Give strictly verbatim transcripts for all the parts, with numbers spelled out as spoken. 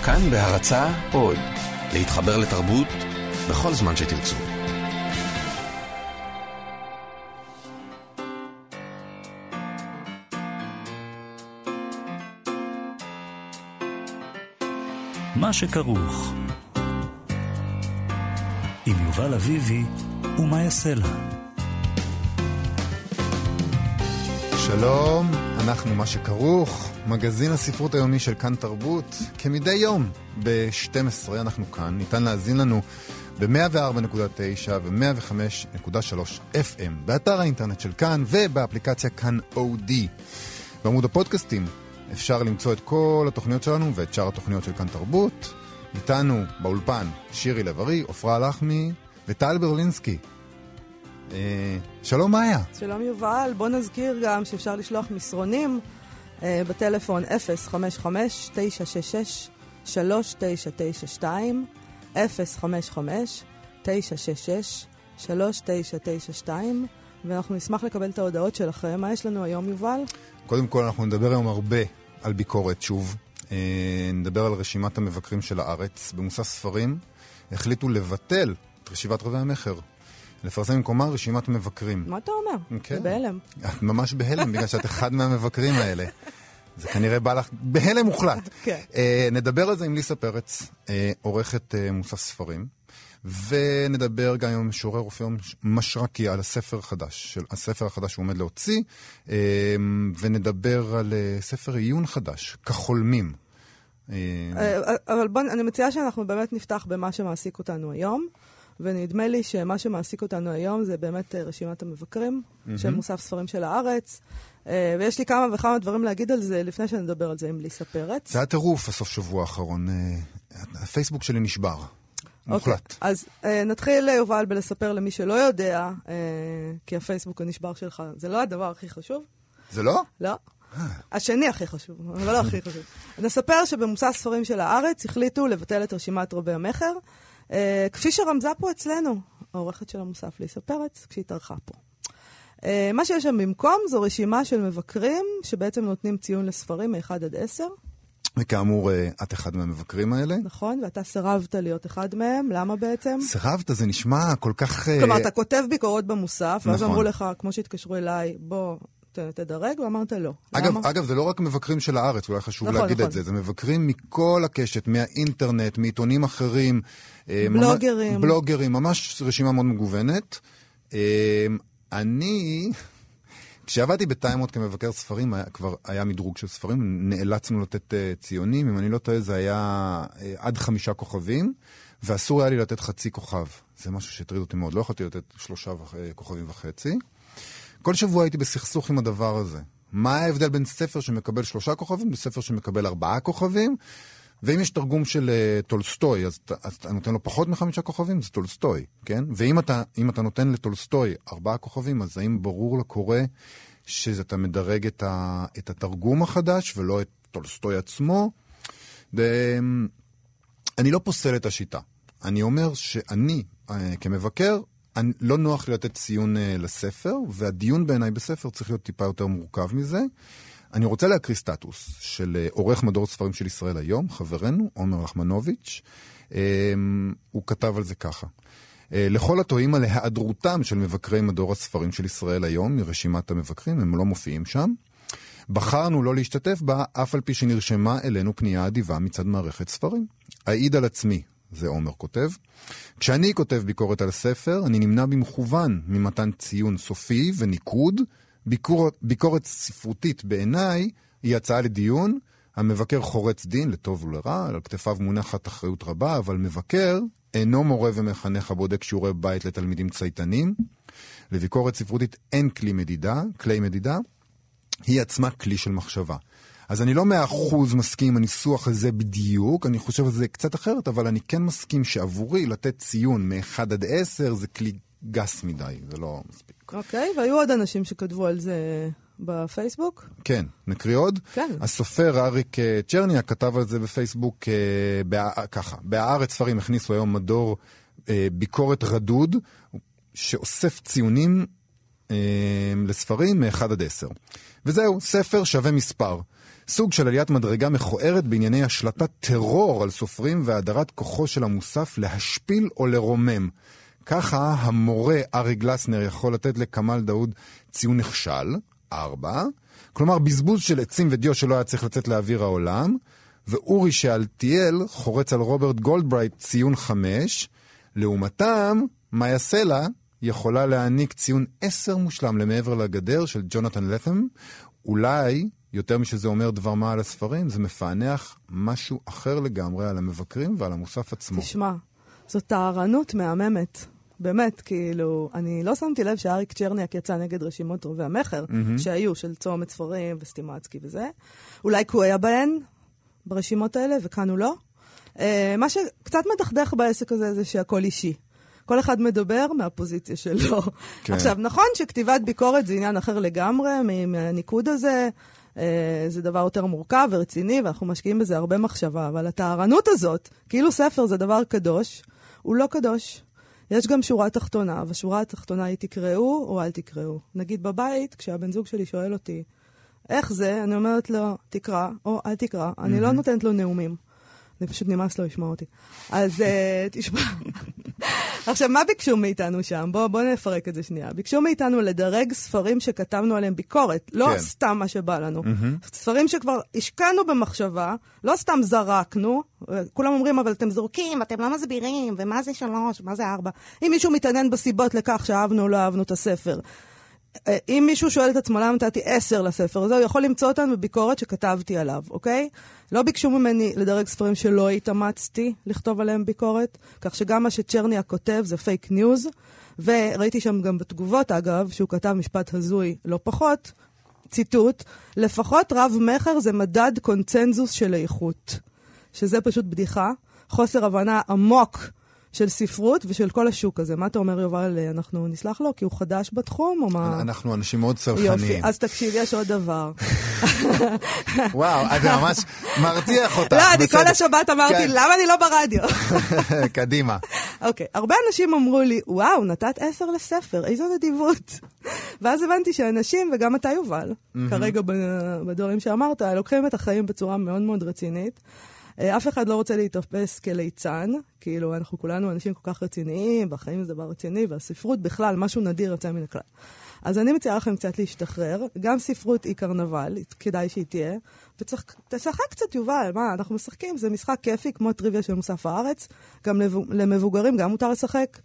כאן בהרצאה עוד, להתחבר לתרבות בכל זמן שתרצו. מה שכרוך עם יובל אביבי ומה יעשה לה. שלום, אנחנו מה שכרוך, מגזין הספרות היומי של כאן תרבות. כמדי יום ב-שתים עשרה אנחנו כאן, ניתן להזין לנו ב-מאה וארבע נקודה תשע ו-מאה וחמש נקודה שלוש אף אם באתר האינטרנט של כאן ובאפליקציה כאן אודי. בעמוד הפודקאסטים אפשר למצוא את כל התוכניות שלנו ואת שאר התוכניות של כאן תרבות. איתנו באולפן שירי לב-ארי, עופרה לחמי וטל ברלינסקי. אה, שלום מאיה. שלום יובל, בוא נזכיר גם שאפשר לשלוח מסרונים אה, בטלפון אפס חמש חמש תשע שש שש שלוש תשע תשע שתיים אפס חמש חמש תשע שש שש שלוש תשע תשע שתיים, ואנחנו נשמח לקבל את ההודעות שלכם. מה יש לנו היום יובל? קודם כל אנחנו נדבר היום הרבה על ביקורת שוב. אה, נדבר על רשימת המבקרים של הארץ. במוסף ספרים החליטו לבטל את רשיבת רבי המחר, לפרסם במקומה רשימת מבקרים. מה אתה אומר? כן. בהלם. את ממש בהלם, בגלל שאת אחד מהמבקרים האלה. זה כנראה בא לך בהלם מוחלט. כן. אה, נדבר על זה עם ליסה פרץ, אה, עורכת אה, מוסף ספרים, ונדבר גם עם משורר אופיר משרקי על הספר החדש, של הספר החדש שהוא עומד להוציא, אה, ונדבר על אה, ספר עיון חדש, כחולמים. אה, אבל בוא, אני מציעה שאנחנו באמת נפתח במה שמעסיק אותנו היום. ונדמה לי שמה שמעסיק אותנו היום זה באמת רשימת המבקרים mm-hmm. של מוסף ספרים של הארץ. ויש לי כמה וכמה דברים להגיד על זה לפני שנדבר על זה עם ליסה פרץ. זה היה טירוף הסוף שבוע האחרון. הפייסבוק שלי נשבר. מוחלט. Okay. אז נתחיל יובל בלספר למי שלא יודע, כי הפייסבוק הנשבר שלך זה לא הדבר הכי חשוב. זה לא? לא. השני הכי חשוב, אבל לא הכי חשוב. נספר שבמוסף ספרים של הארץ החליטו לבטל את רשימת רבי המחר, Uh, כפי שרמזה פה אצלנו, העורכת של המוסף ליסה פרץ, כשהיא תרחה פה. Uh, מה שיש שם במקום זו רשימה של מבקרים, שבעצם נותנים ציון לספרים מ-אחד עד עשר. וכאמור, את אחד מהמבקרים האלה. נכון, ואתה סירבת להיות אחד מהם. למה בעצם? סירבת, זה נשמע כל כך... כלומר, אתה כותב ביקורות במוסף, ואז נכון. אמרו לך, כמו שהתקשרו אליי, בוא... תדרג, ואמרת לא. אגב, אגב, זה לא רק מבקרים של הארץ, אולי חשוב נכון, להגיד נכון. את זה, זה מבקרים מכל הקשת, מהאינטרנט, מעיתונים אחרים, בלוגרים. ממש, בלוגרים, ממש רשימה מאוד מגוונת. אני, כשעבדתי בטיימות כמבקר ספרים, כבר היה מדרוג של ספרים, נאלצנו לתת ציונים, אם אני לא טועה, זה היה עד חמישה כוכבים, ואסור היה לי לתת חצי כוכב. זה משהו שהטריד אותי מאוד, לא יכולתי לתת שלושה כוכבים וחצי. כל שבוע הייתי בסכסוך עם הדבר הזה. מה ההבדל בין ספר שמקבל שלושה כוכבים לספר שמקבל ארבעה כוכבים? ואם יש תרגום של uh, טולסטוי, אז, אז אתה נותן לו פחות מחמישה כוכבים, זה טולסטוי, כן? ואם אתה, אם אתה נותן לטולסטוי ארבעה כוכבים, אז האם ברור לקורא שאתה מדרג את, ה, את התרגום החדש ולא את טולסטוי עצמו? ו... אני לא פוסל את השיטה. אני אומר שאני, uh, כמבקר, אני, לא נוח לי לתת ציון uh, לספר, והדיון בעיניי בספר צריך להיות טיפה יותר מורכב מזה. אני רוצה להקריא סטטוס של uh, עורך מדור ספרים של ישראל היום, חברנו, עומר לחמנוביץ'. Um, הוא כתב על זה ככה. Uh, לכל התוהים על ההיעדרותם של מבקרי מדור הספרים של ישראל היום, מרשימת המבקרים, הם לא מופיעים שם. בחרנו לא להשתתף בה, אף על פי שנרשמה אלינו פנייה אדיבה מצד מערכת ספרים. אעיד על עצמי. זה עומר כותב. כשאני כותב ביקורת על ספר, אני נמנע במכוון ממתן ציון סופי וניקוד. ביקורת, ביקורת ספרותית בעיניי היא הצעה לדיון. המבקר חורץ דין לטוב ולרע, על כתפיו מונחת אחריות רבה, אבל מבקר אינו מורה ומחנך הבודק שיעורי בית לתלמידים צייתנים. לביקורת ספרותית אין כלי מדידה, כלי מדידה. היא עצמה כלי של מחשבה. אז אני לא מאה אחוז מסכים עם הניסוח הזה בדיוק, אני חושב שזה קצת אחרת, אבל אני כן מסכים שעבורי לתת ציון מ-אחד עד עשר זה כלי גס מדי, זה לא מספיק. אוקיי, והיו עוד אנשים שכתבו על זה בפייסבוק? כן, נקריא עוד? כן. הסופר אריק צ'רניה כתב על זה בפייסבוק ככה, בהארץ ספרים הכניסו היום מדור ביקורת רדוד, שאוסף ציונים לספרים מ-אחד עד עשר. וזהו, ספר שווה מספר. סוג של עליית מדרגה מכוערת בענייני השלטת טרור על סופרים והדרת כוחו של המוסף להשפיל או לרומם. ככה המורה ארי גלסנר יכול לתת לקמל דאוד ציון נכשל, ארבע, כלומר בזבוז של עצים ודיו שלא היה צריך לצאת לאוויר העולם, ואורי שאלתיאל חורץ על רוברט גולדברייט ציון חמש, לעומתם מאיה סלע יכולה להעניק ציון עשר מושלם למעבר לגדר של ג'ונתן לת'ם. אולי, יותר משזה אומר דבר מה על הספרים, זה מפענח משהו אחר לגמרי על המבקרים ועל המוסף עצמו. תשמע, זו טהרנות מהממת. באמת, כאילו, אני לא שמתי לב שאריק צ'רניאק יצא נגד רשימות רובי המחר, mm-hmm. שהיו של צומת ספרים וסטימצקי וזה. אולי כי הוא היה בהן ברשימות האלה, וכאן הוא לא. Uh, מה שקצת מדכדך בעסק הזה זה שהכל אישי. כל אחד מדבר מהפוזיציה שלו. כן. עכשיו, נכון שכתיבת ביקורת זה עניין אחר לגמרי, מהניקוד הזה, uh, זה דבר יותר מורכב ורציני, ואנחנו משקיעים בזה הרבה מחשבה, אבל הטהרנות הזאת, כאילו ספר זה דבר קדוש, הוא לא קדוש. יש גם שורה תחתונה, והשורה התחתונה היא תקראו או אל תקראו. נגיד בבית, כשהבן זוג שלי שואל אותי, איך זה? אני אומרת לו, תקרא או אל תקרא. Mm-hmm. אני לא נותנת לו נאומים. אני פשוט נמאס לו לשמוע אותי. אז uh, תשמע. עכשיו, מה ביקשו מאיתנו שם? בואו בוא נפרק את זה שנייה. ביקשו מאיתנו לדרג ספרים שכתבנו עליהם ביקורת, לא כן. סתם מה שבא לנו. Mm-hmm. ספרים שכבר השקענו במחשבה, לא סתם זרקנו, כולם אומרים, אבל אתם זורקים, אתם לא מסבירים, ומה זה שלוש, מה זה ארבע. אם מישהו מתעניין בסיבות לכך שאהבנו או לא אהבנו את הספר, אם מישהו שואל את עצמו למה נתתי עשר לספר הזה, הוא יכול למצוא אותנו בביקורת שכתבתי עליו, אוקיי? לא ביקשו ממני לדרג ספרים שלא התאמצתי לכתוב עליהם ביקורת, כך שגם מה שצ'רניאק כותב זה פייק ניוז, וראיתי שם גם בתגובות, אגב, שהוא כתב משפט הזוי לא פחות, ציטוט, לפחות רב מחר זה מדד קונצנזוס של איכות, שזה פשוט בדיחה, חוסר הבנה עמוק של ספרות ושל כל השוק הזה. מה אתה אומר, יובל? אנחנו נסלח לו? כי הוא חדש בתחום, או מה? אנחנו אנשים מאוד צרכניים. יופי, אז תקשיב, יש עוד דבר. וואו, את ממש מרתיח אותך. לא, אני כל השבת אמרתי, למה אני לא ברדיו? קדימה. אוקיי, הרבה אנשים אמרו לי, וואו, נתת עשר לספר, איזו נדיבות. ואז הבנתי שאנשים, וגם אתה יובל, כרגע בדברים שאמרת, לוקחים את החיים בצורה מאוד מאוד רצינית. אף אחד לא רוצה להתאפס כליצן, כאילו אנחנו כולנו אנשים כל כך רציניים, והחיים זה דבר רציני, והספרות בכלל, משהו נדיר יוצא מן הכלל. אז אני מציעה לכם קצת להשתחרר, גם ספרות היא קרנבל, כדאי שהיא תהיה, ותשחק קצת יובל, מה, אנחנו משחקים, זה משחק כיפי, כמו טריוויה של מוסף הארץ, גם למבוגרים, גם מותר לשחק,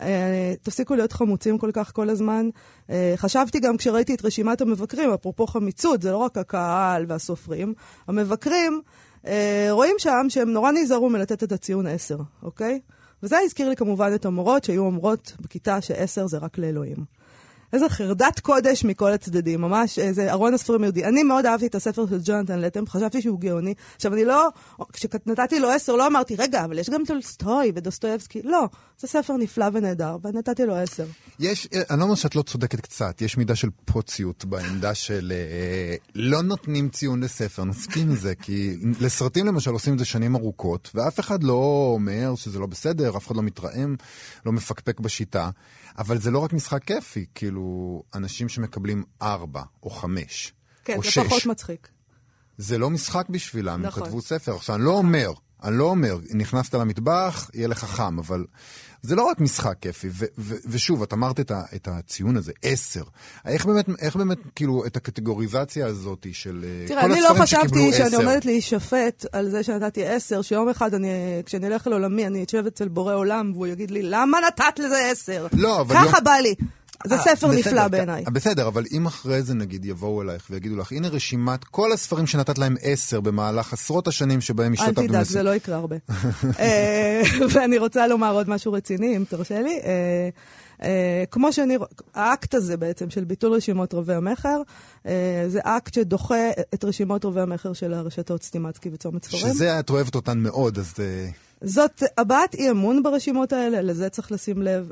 תפסיקו להיות חמוצים כל כך כל הזמן. חשבתי גם כשראיתי את רשימת המבקרים, אפרופו חמיצות, זה לא רק הקהל והסופרים, המבקרים, רואים שם שהם נורא נזהרו מלתת את הציון עשר, אוקיי? וזה הזכיר לי כמובן את המורות שהיו אומרות בכיתה שעשר זה רק לאלוהים. איזה חרדת קודש מכל הצדדים, ממש איזה ארון הספרים יהודי. אני מאוד אהבתי את הספר של ג'ונתן לת'ם, חשבתי שהוא גאוני. עכשיו אני לא, כשנתתי לו עשר לא אמרתי, רגע, אבל יש גם טולסטוי ודוסטויבסקי. לא, זה ספר נפלא ונהדר, ונתתי לו עשר. יש, אני לא אומר שאת לא צודקת קצת, יש מידה של פוציות בעמדה של אה, לא נותנים ציון לספר, נסכים מזה, כי לסרטים למשל עושים את זה שנים ארוכות, ואף אחד לא אומר שזה לא בסדר, אף אחד לא מתרעם, לא מפקפק בשיטה, אבל זה לא רק משחק כיפי, כאילו אנשים שמקבלים ארבע או חמש כן, או זה שש. פחות מצחיק. זה לא משחק בשבילם, נכון. הם כתבו ספר. עכשיו, אני לא אומר, אני לא אומר, נכנסת למטבח, יהיה לך חם, אבל זה לא רק משחק כיפי, ו- ו- ושוב, את אמרת את, ה- את הציון הזה, עשר. איך באמת, איך באמת, כאילו, את הקטגוריזציה הזאת של תראה, כל אני לא הספרים חשבתי שקיבלו שאני עשר. עומדת להישפט על זה שנתתי עשר, שיום אחד אני, כשאני אלך לעולמי, אני אתשב אצל בורא עולם, והוא יגיד לי, למה נתת לזה עשר? לא, אבל ככה יום... בא לי. זה 아, ספר בסדר, נפלא בעיניי. בסדר, אבל אם אחרי זה נגיד יבואו אלייך ויגידו לך, הנה רשימת כל הספרים שנתת להם עשר במהלך עשרות השנים שבהם השתתפת במסע. אל תדאג, זה לא יקרה הרבה. ואני רוצה לומר עוד משהו רציני, אם תרשה לי. כמו שאני, האקט הזה בעצם של ביטול רשימות רבי המחר, זה אקט שדוחה את רשימות רבי המחר של הרשתות סטימצקי וצומת ספרים. שזה את אוהבת אותן מאוד, אז... זאת הבעת אי אמון ברשימות האלה, לזה צריך לשים לב,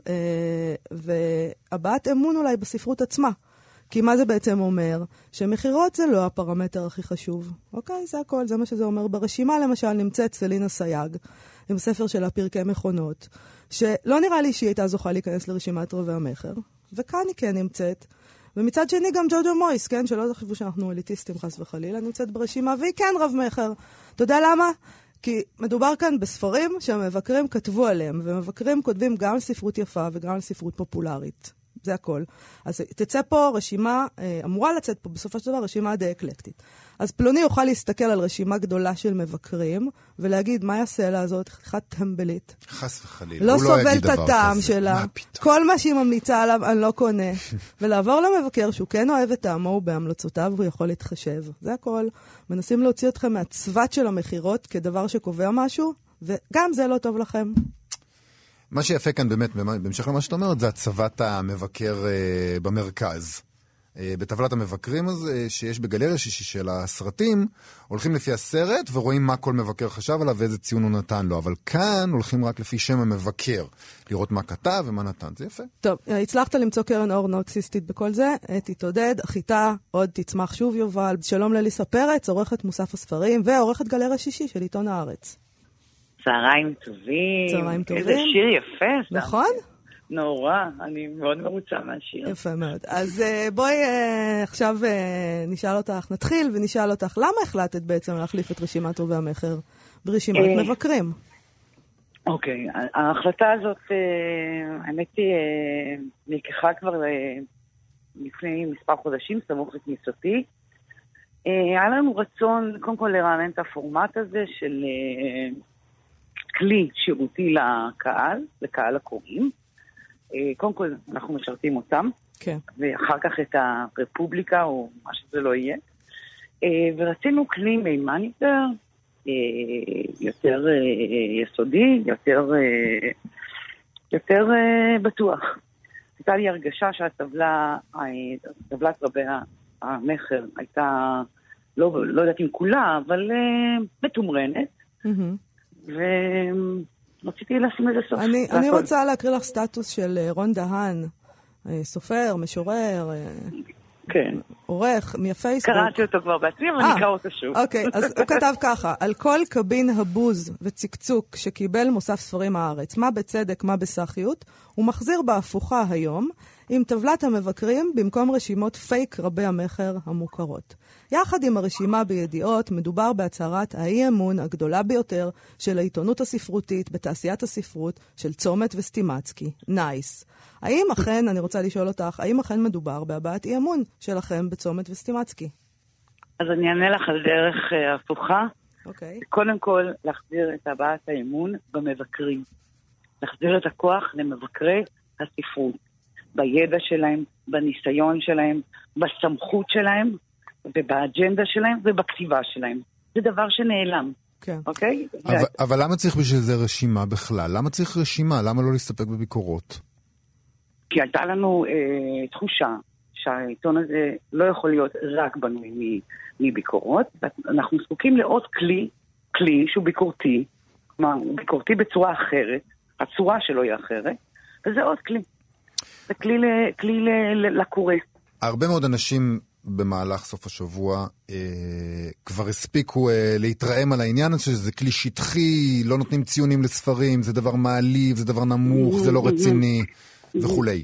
והבעת אמון אולי בספרות עצמה. כי מה זה בעצם אומר? שמחירות זה לא הפרמטר הכי חשוב. אוקיי, זה הכל, זה מה שזה אומר. ברשימה למשל נמצאת סלינה סייג, עם ספר של הפרקי מכונות, שלא נראה לי שהיא הייתה זוכה להיכנס לרשימת רבי המחר, וכאן היא כן נמצאת, ומצד שני גם ג'וג'ו מויס, כן, שלא תחשבו שאנחנו אליטיסטים חס וחלילה, נמצאת ברשימה, והיא כן רב מחר. אתה יודע למה? כי מדובר כאן בספרים שהמבקרים כתבו עליהם, ומבקרים כותבים גם על ספרות יפה וגם על ספרות פופולרית. זה הכל. אז תצא פה רשימה, אמורה לצאת פה בסופו של דבר רשימה די אקלקטית. אז פלוני יוכל להסתכל על רשימה גדולה של מבקרים, ולהגיד מה יעשה לה הזאת, חתיכת טמבלית. חס וחלילה. לא סובל את הטעם שלה. כל מה שהיא ממליצה עליו אני לא קונה. ולעבור למבקר שהוא כן אוהב את טעמו, הוא בהמלצותיו והוא יכול להתחשב. זה הכל. מנסים להוציא אתכם מהצוות של המחירות כדבר שקובע משהו, וגם זה לא טוב לכם. מה שיפה כאן באמת, בהמשך למה שאת אומרת, זה הצבת המבקר uh, במרכז. Uh, בטבלת המבקרים הזה, שיש בגלריה שישי של הסרטים, הולכים לפי הסרט ורואים מה כל מבקר חשב עליו ואיזה ציון הוא נתן לו. אבל כאן הולכים רק לפי שם המבקר, לראות מה כתב ומה נתן. זה יפה. טוב, הצלחת למצוא קרן אור נוקסיסטית בכל זה. תתעודד, חיטה, עוד תצמח שוב יובל. שלום לליסה פרץ, עורכת מוסף הספרים ועורכת גלריה שישי של עיתון הארץ. צהריים טובים. צהריים טובים. איזה שיר יפה. נכון? נורא, אני מאוד מרוצה מהשיר. יפה מאוד. אז בואי עכשיו נשאל אותך, נתחיל ונשאל אותך, למה החלטת בעצם להחליף את רשימת רובי המחר ברשימת מבקרים? אוקיי, ההחלטה הזאת, האמת היא, נלקחה כבר לפני מספר חודשים, סמוך לכניסתי. היה לנו רצון, קודם כל לרענן את הפורמט הזה של כלי שירותי לקהל, לקהל הקוראים. קודם כל, אנחנו משרתים אותם, כן. ואחר כך את הרפובליקה, או מה שזה לא יהיה. ורצינו כלי מימן יותר, יותר יסודי, יותר, יותר בטוח. הייתה לי הרגשה שהטבלה, טבלת רבי המחר הייתה, לא, לא יודעת אם כולה, אבל מתומרנת. Mm-hmm. ורציתי לשים איזה סוף. אני, אני רוצה להקריא לך סטטוס של רון דהן, סופר, משורר, כן. עורך, מהפייסבוק. קראתי אותו כבר בעצמי, אבל נקרא אותו שוב. אוקיי, אז הוא כתב ככה, על כל קבין הבוז וצקצוק שקיבל מוסף ספרים הארץ, מה בצדק, מה בסחיות, הוא מחזיר בהפוכה היום, עם טבלת המבקרים במקום רשימות פייק רבי המחר המוכרות. יחד עם הרשימה בידיעות, מדובר בהצהרת האי-אמון הגדולה ביותר של העיתונות הספרותית בתעשיית הספרות של צומת וסטימצקי. נייס. האם אכן, אני רוצה לשאול אותך, האם אכן מדובר בהבעת אי-אמון שלכם בצומת וסטימצקי? אז אני אענה לך על דרך uh, הפוכה. אוקיי. קודם כל, להחזיר את הבעת האמון במבקרים. להחזיר את הכוח למבקרי הספרות. בידע שלהם, בניסיון שלהם, בסמכות שלהם, ובאג'נדה שלהם, ובכתיבה שלהם. זה דבר שנעלם. כן. אוקיי? אבל, אבל למה צריך בשביל זה רשימה בכלל? למה צריך רשימה? למה לא להסתפק בביקורות? כי הייתה לנו אה, תחושה שהעיתון הזה לא יכול להיות רק בנוי מביקורות. אנחנו זקוקים לעוד כלי, כלי שהוא ביקורתי, כלומר, הוא ביקורתי בצורה אחרת, הצורה שלו היא אחרת, וזה עוד כלי. זה כלי, כלי לקורא. הרבה מאוד אנשים במהלך סוף השבוע אה, כבר הספיקו אה, להתרעם על העניין הזה, שזה כלי שטחי, לא נותנים ציונים לספרים, זה דבר מעליב, זה דבר נמוך, זה לא רציני, וכולי.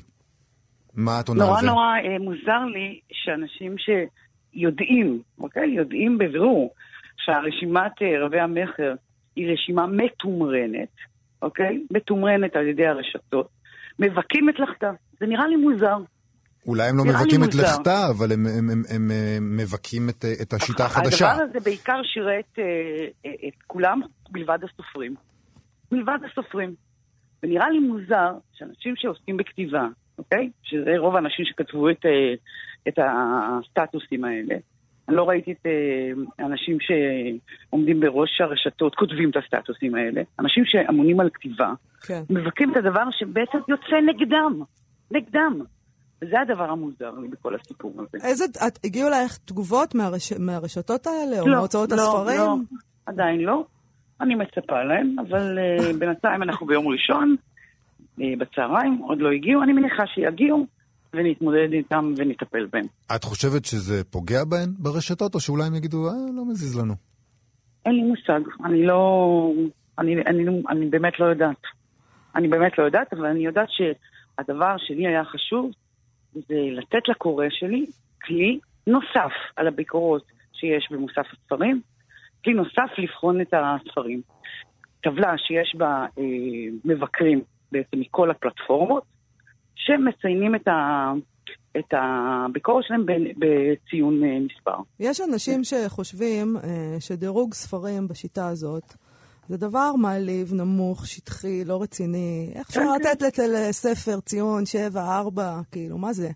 מה את עונה על זה? נורא נורא אה, מוזר לי שאנשים שיודעים, אוקיי? יודעים בבירור שהרשימת אה, רבי המחר היא רשימה מתומרנת, אוקיי? מתומרנת על ידי הרשתות, מבקים את לכתה. זה נראה לי מוזר. אולי הם לא מבקים את לכתה, אבל הם, הם, הם, הם, הם מבקים את, את השיטה החדשה. הדבר הזה בעיקר שירת אה, את כולם בלבד הסופרים. בלבד הסופרים. ונראה לי מוזר שאנשים שעוסקים בכתיבה, אוקיי? שזה רוב האנשים שכתבו את, את הסטטוסים האלה. אני לא ראיתי את אנשים שעומדים בראש הרשתות, כותבים את הסטטוסים האלה. אנשים שאמונים על כתיבה, כן. מבקים את הדבר שבעצם יוצא נגדם. נגדם. וזה הדבר המוזר לי בכל הסיפור הזה. איזה, את, הגיעו לך תגובות מהרש, מהרשתות האלה, או לא, מהוצאות לא, הספרים? לא, עדיין לא. אני מצפה להם, אבל uh, בינתיים אנחנו ביום ראשון, uh, בצהריים, עוד לא הגיעו. אני מניחה שיגיעו, ונתמודד איתם ונטפל בהם. את חושבת שזה פוגע בהן ברשתות, או שאולי הם יגידו, אה, לא מזיז לנו? אין לי מושג. אני לא... אני, אני, אני, אני באמת לא יודעת. אני באמת לא יודעת, אבל אני יודעת שהדבר שלי היה חשוב, זה לתת לקורא שלי כלי נוסף על הביקורות שיש במוסף הספרים, כלי נוסף לבחון את הספרים. טבלה שיש בה אה, מבקרים בעצם מכל הפלטפורמות, שמציינים את, ה, את הביקורת שלהם בציון אה, מספר. יש אנשים שחושבים אה, שדירוג ספרים בשיטה הזאת, זה דבר מעליב, נמוך, שטחי, לא רציני. איך אפשר לתת לספר ציון שבע, ארבע, כאילו, מה זה?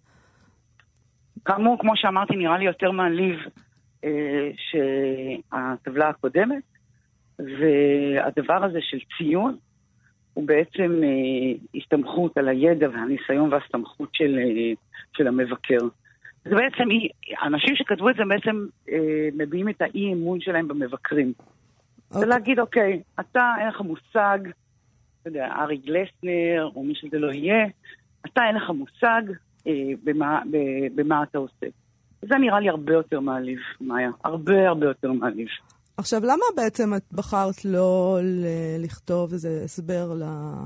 כאמור, כמו שאמרתי, נראה לי יותר מעליב אה, שהטבלה הקודמת, והדבר הזה של ציון, הוא בעצם אה, הסתמכות על הידע והניסיון והסתמכות של, אה, של המבקר. זה בעצם, אנשים שכתבו את זה בעצם אה, מביאים את האי אמון שלהם במבקרים. זה להגיד, אוקיי, אתה אין לך מושג, אתה יודע, ארי גלסנר, או מי שזה לא יהיה, אתה אין לך מושג אה, במה, במה אתה עושה. זה נראה לי הרבה יותר מעליב, מאיה. הרבה הרבה יותר מעליב. עכשיו, למה בעצם את בחרת לא ל- לכתוב איזה הסבר ל-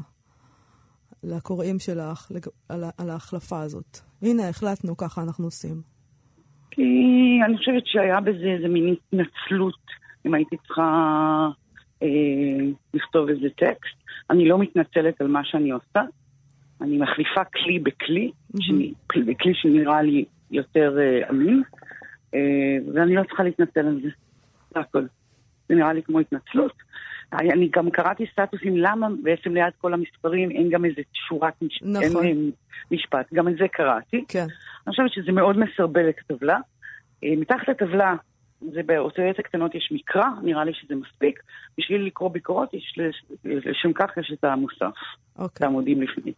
לקוראים שלך לג- על, על ההחלפה הזאת? הנה, החלטנו, ככה אנחנו עושים. כי אני חושבת שהיה בזה איזה מין התנצלות, אם הייתי צריכה אה, לכתוב איזה טקסט. אני לא מתנצלת על מה שאני עושה. אני מחליפה כלי בכלי, mm-hmm. שאני, בכלי שנראה לי יותר אה, אמין, אה, ואני לא צריכה להתנצל על זה. זה הכל. זה נראה לי כמו התנצלות. אני גם קראתי סטטוסים למה בעצם ליד כל המספרים אין גם איזה שורת מש... נכון. אין משפט. גם את זה קראתי. כן. אני חושבת שזה מאוד מסרבל את הטבלה. מתחת לטבלה, זה באותיות הקטנות יש מקרא, נראה לי שזה מספיק. בשביל לקרוא ביקורות, יש לשם כך יש את המוסף. אוקיי. את העמודים לפני.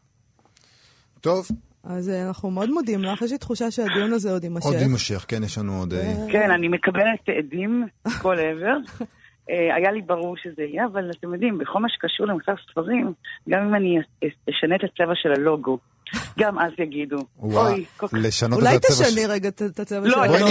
טוב. אז אנחנו מאוד מודים לך. יש לי תחושה שהדיון הזה עוד יימשך. עוד יימשך, כן, יש לנו עוד... כן, אני מקבלת עדים כל עבר. היה לי ברור שזה יהיה, אבל אתם יודעים, בכל מה שקשור למוסף ספרים, גם אם אני אשנה את הצבע של הלוגו, גם אז יגידו, אוי, אולי תשני רגע את הצבע של הלוגו.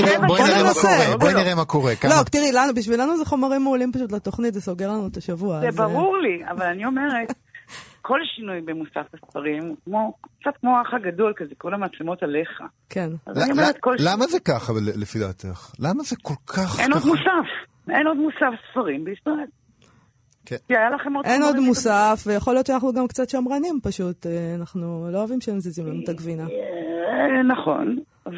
בואי נראה מה קורה. לא, תראי, בשבילנו זה חומרים מעולים פשוט לתוכנית, זה סוגר לנו את השבוע. זה ברור לי, אבל אני אומרת, כל שינוי במוסף הספרים, קצת כמו האח הגדול כזה, כל המצלמות עליך. כן. למה זה ככה לפי דעתך? למה זה כל כך... אין עוד מוסף. אין עוד מוסף ספרים בישראל. אין עוד מוסף, ויכול להיות שאנחנו גם קצת שמרנים פשוט. אנחנו לא אוהבים שהם זיזים לנו את הגבינה. נכון,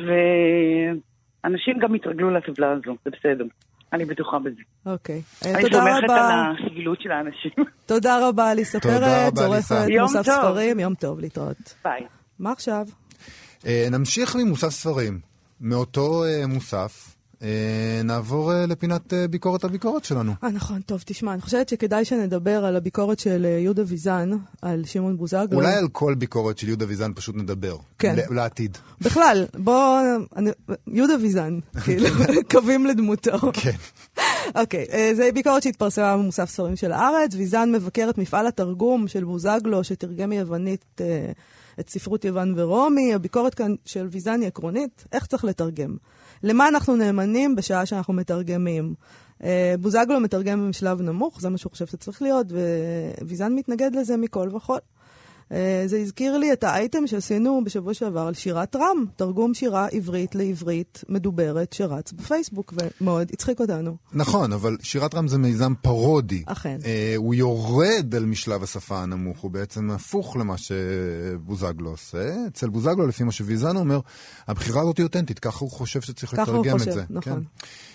ואנשים גם התרגלו לטבלה הזו, זה בסדר. אני בטוחה בזה. אוקיי. אני סומכת על הסבילות של האנשים. תודה רבה, אליסה פרץ, עורכת מוסף ספרים. יום טוב, להתראות. ביי. מה עכשיו? נמשיך ממוסף ספרים. מאותו מוסף. נעבור לפינת ביקורת הביקורת שלנו. אה, נכון, טוב, תשמע, אני חושבת שכדאי שנדבר על הביקורת של יהודה ויזן, על שמעון בוזגלו. אולי על כל ביקורת של יהודה ויזן פשוט נדבר. כן. לעתיד. בכלל, בוא... יהודה ויזן, כאילו, קווים לדמותו. כן. אוקיי, זו ביקורת שהתפרסמה במוסף ספרים של הארץ. ויזן מבקר את מפעל התרגום של בוזגלו, שתרגם מיוונית את ספרות יוון ורומי. הביקורת כאן של ויזן היא עקרונית, איך צריך לתרגם? למה אנחנו נאמנים בשעה שאנחנו מתרגמים? בוזגלו מתרגם בשלב נמוך, זה מה שהוא חושב שצריך להיות, וויזן מתנגד לזה מכל וכל. זה הזכיר לי את האייטם שעשינו בשבוע שעבר על שירת רם, תרגום שירה עברית לעברית מדוברת שרץ בפייסבוק, ומאוד הצחיק אותנו. נכון, אבל שירת רם זה מיזם פרודי. אכן. הוא יורד על משלב השפה הנמוך, הוא בעצם הפוך למה שבוזגלו עושה. אצל בוזגלו, לפי מה שוויזן אומר, הבחירה הזאת היא אותנטית, ככה הוא חושב שצריך לתרגם את זה. ככה הוא חושב, נכון.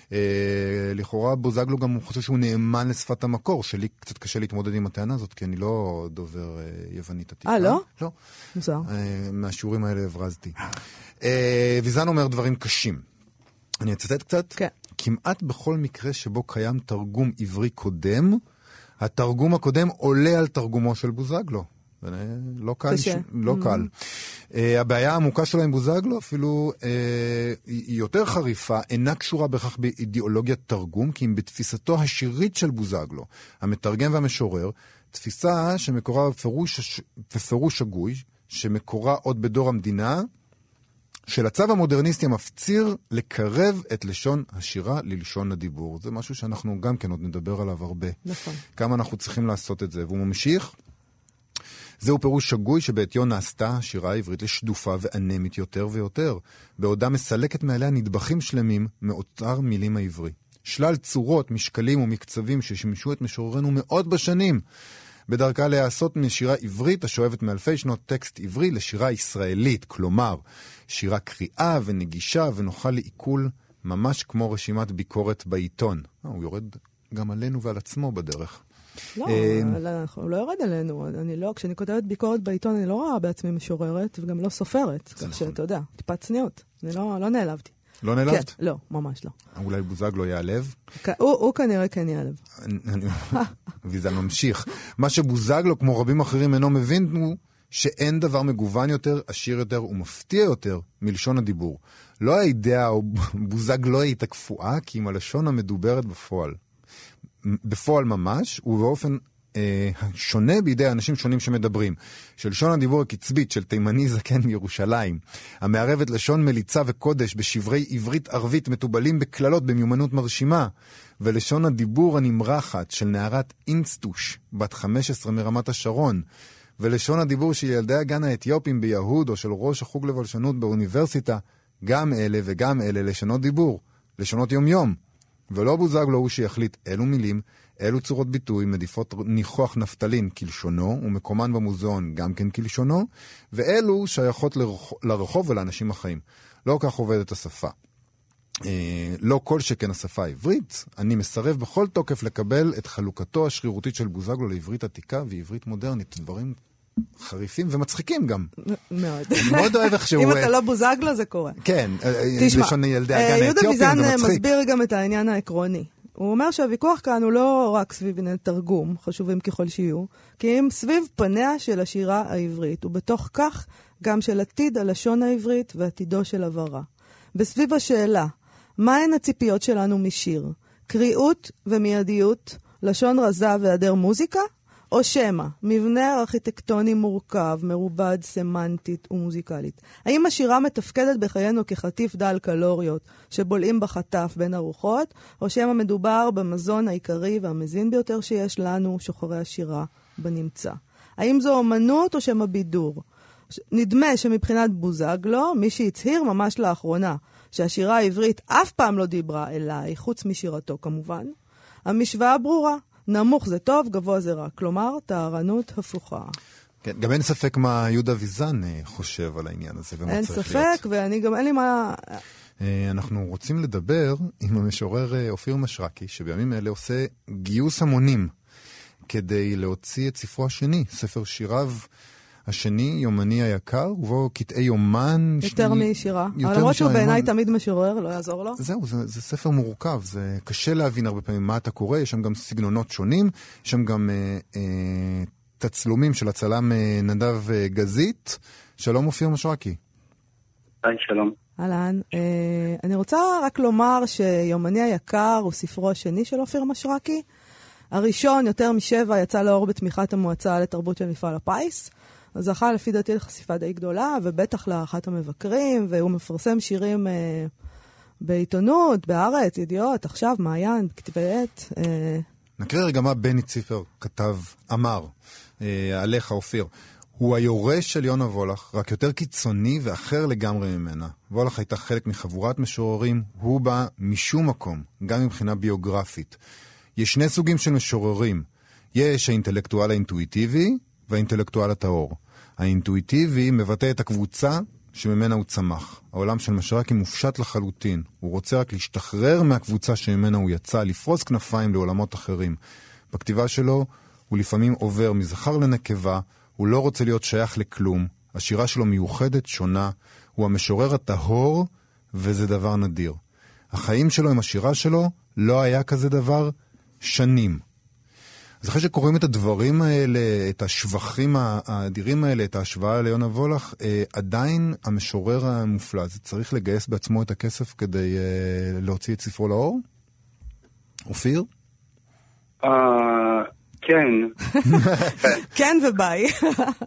לכאורה בוזגלו גם חושב שהוא נאמן לשפת המקור, שלי קצת קשה להתמודד עם הטענה הזאת, כי אני לא דובר יוונית עתיקה. אה, לא? לא. מוזר. מהשיעורים האלה הברזתי. ויזן אומר דברים קשים. אני אצטט קצת? כן. כמעט בכל מקרה שבו קיים תרגום עברי קודם, התרגום הקודם עולה על תרגומו של בוזגלו. לא קל. לא קל. הבעיה העמוקה שלו עם בוזגלו אפילו היא יותר חריפה, אינה קשורה בכך באידיאולוגיית תרגום, כי אם בתפיסתו השירית של בוזגלו, המתרגם והמשורר, תפיסה שמקורה בפירוש, בפירוש שגוי, שמקורה עוד בדור המדינה, של הצו המודרניסטי המפציר לקרב את לשון השירה ללשון הדיבור. זה משהו שאנחנו גם כן עוד נדבר עליו הרבה. נכון. כמה אנחנו צריכים לעשות את זה. והוא ממשיך, זהו פירוש שגוי שבעטיו נעשתה השירה העברית לשדופה ואנמית יותר ויותר, בעודה מסלקת מעליה נדבכים שלמים מאוצר מילים העברי. שלל צורות, משקלים ומקצבים ששימשו את משוררנו מאוד בשנים, בדרכה להיעשות משירה עברית השואבת מאלפי שנות טקסט עברי לשירה ישראלית, כלומר, שירה קריאה ונגישה ונוחה לעיכול, ממש כמו רשימת ביקורת בעיתון. הוא יורד גם עלינו ועל עצמו בדרך. לא, הוא לא יורד עלינו. אני לא, כשאני כותבת ביקורת בעיתון, אני לא רואה בעצמי משוררת, וגם לא סופרת. כך שאתה יודע, טיפה צניעות. אני לא נעלבתי. לא נעלבת? כן, לא, ממש לא. אולי בוזגלו יעלב? הוא כנראה כן יעלב. וזה ממשיך. מה שבוזגלו, כמו רבים אחרים, אינו מבין הוא שאין דבר מגוון יותר, עשיר יותר ומפתיע יותר מלשון הדיבור. לא האידאה או בוזגלו הייתה קפואה, כי עם הלשון המדוברת בפועל. בפועל ממש, ובאופן אה, שונה בידי אנשים שונים שמדברים. שלשון הדיבור הקצבית של תימני זקן מירושלים, המערבת לשון מליצה וקודש בשברי עברית ערבית מטובלים בכללות במיומנות מרשימה, ולשון הדיבור הנמרחת של נערת אינסטוש, בת חמש עשרה מרמת השרון, ולשון הדיבור של ילדי הגן האתיופים ביהוד, או של ראש החוג לבלשנות באוניברסיטה, גם אלה וגם אלה לשונות דיבור, לשונות יום יום. ולא בוזגלו הוא שיחליט אילו מילים, אילו צורות ביטוי, מדיפות ניחוח נפטלין כלשונו, ומקומן במוזיאון גם כן כלשונו, ואילו שייכות לרחוב ולאנשים החיים. לא כך עובדת השפה. אה, לא כל שכן השפה העברית, אני מסרב בכל תוקף לקבל את חלוקתו השרירותית של בוזגלו לעברית עתיקה ועברית מודרנית. דברים חריפים ומצחיקים גם. מאוד. אני מאוד אוהב איך שהוא... אם אתה לא בוזגלו זה קורה. כן, תשמע, לשון ילדי הגן האתיופים זה יהודה מצחיק. ויזן מסביר גם את העניין העקרוני. הוא אומר שהוויכוח כאן הוא לא רק סביב עניין תרגום, חשובים ככל שיהיו, כי אם סביב פניה של השירה העברית, ובתוך כך גם של עתיד הלשון העברית ועתידו של עברה. בסביב השאלה, מהן הציפיות שלנו משיר? קריאות ומיידיות, לשון רזה והיעדר מוזיקה? או שמה, מבנה ארכיטקטוני מורכב, מרובד סמנטית ומוזיקלית. האם השירה מתפקדת בחיינו כחטיף דל קלוריות שבולעים בחטף בין ארוחות, או שמה מדובר במזון העיקרי והמזין ביותר שיש לנו, שוחרי השירה, בנמצא? האם זו אומנות או שמה בידור? נדמה שמבחינת בוזגלו, מי שהצהיר ממש לאחרונה, שהשירה העברית אף פעם לא דיברה אליי, חוץ משירתו כמובן, המשוואה ברורה. נמוך זה טוב, גבוה זה רע. כלומר, טהרנות הפוכה. כן, גם אין ספק מה יהודה ויזן חושב על העניין הזה. אין ספק, ואני גם אין לי מה... אנחנו רוצים לדבר עם המשורר אופיר משרקי, שבימים אלה עושה גיוס המונים, כדי להוציא את ספרו השני, ספר שיריו השני, יומני היקר, ובו קטעי יומן... יותר שני... משירה. אבל למרות שהוא בעיניי תמיד משורר, לא יעזור לו. זהו, זה, זה ספר מורכב, זה קשה להבין הרבה פעמים מה אתה קורא, יש שם גם סגנונות שונים, יש שם גם אה, אה, תצלומים של הצלם אה, נדב אה, גזית. שלום אופיר משרקי. היי, שלום. אהלן, אה, אני רוצה רק לומר שיומני היקר הוא ספרו השני של אופיר משרקי. הראשון, יותר משבע, יצא לאור בתמיכת המועצה לתרבות של מפעל הפיס. זכה לפי דעתי לחשיפה די גדולה, ובטח לאחת המבקרים, והוא מפרסם שירים אה, בעיתונות, בארץ, ידיעות, עכשיו, מעיין, בכתבי עת. אה... נקריא רגע מה בני ציפר כתב, אמר, אה, עליך אופיר. הוא היורש של יונה וולך, רק יותר קיצוני ואחר לגמרי ממנה. וולך הייתה חלק מחבורת משוררים, הוא בא משום מקום, גם מבחינה ביוגרפית. יש שני סוגים של משוררים. יש האינטלקטואל האינטואיטיבי, והאינטלקטואל הטהור. האינטואיטיבי מבטא את הקבוצה שממנה הוא צמח. העולם של משרקי מופשט לחלוטין. הוא רוצה רק להשתחרר מהקבוצה שממנה הוא יצא, לפרוס כנפיים לעולמות אחרים. בכתיבה שלו הוא לפעמים עובר מזכר לנקבה, הוא לא רוצה להיות שייך לכלום. השירה שלו מיוחדת, שונה. הוא המשורר הטהור, וזה דבר נדיר. החיים שלו עם השירה שלו לא היה כזה דבר שנים. אז אחרי שקוראים את הדברים האלה, את השבחים האדירים האלה, את ההשוואה ליונה וולך, אה, עדיין המשורר המופלא, זה צריך לגייס בעצמו את הכסף כדי אה, להוציא את ספרו לאור? אופיר? אה, כן. כן וביי.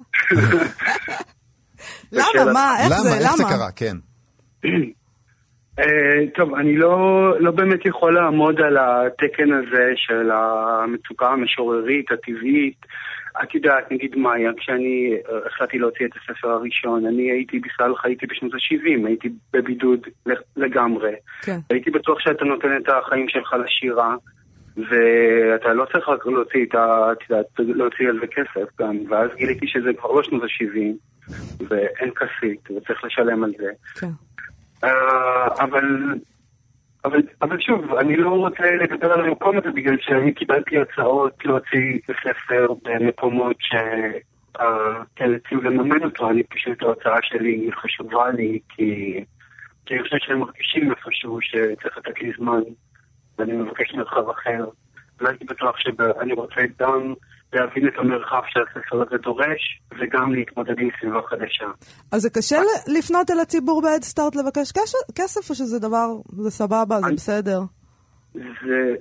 למה? מה? איך זה? למה? איך זה למה? קרה? כן. טוב, אני לא, לא באמת יכול לעמוד על התקן הזה של המצוקה המשוררית, הטבעית. את יודעת, נגיד מאיה, כשאני החלטתי להוציא את הספר הראשון, אני הייתי בכלל, חייתי בשנות ה-שבעים, הייתי בבידוד לגמרי. כן. הייתי בטוח שאתה נותן את החיים שלך לשירה, ואתה לא צריך רק להוציא, את ה, להוציא על זה כסף גם, ואז גיליתי שזה כבר לא שנות ה-שבעים, ואין כסית, וצריך לשלם על זה. כן. Uh, אבל, אבל, אבל שוב, אני לא רוצה לדבר על המקום הזה בגלל שאני קיבלתי הצעות להוציא ספר במקומות שהציעו uh, לממן אותו. אני פשוט ההוצאה שלי חשובה לי כי, כי אני חושב שהם מרגישים איפשהו שצריך לתת לי זמן ואני מבקש מרחב אחר. לא הייתי בטוח שאני רוצה גם להבין את המרחב שהספר הזה דורש, וגם להתמודד עם סביבה חדשה. אז זה קשה לפנות אל הציבור בהדסטארט לבקש כסף, או שזה דבר, זה סבבה, זה בסדר? זה...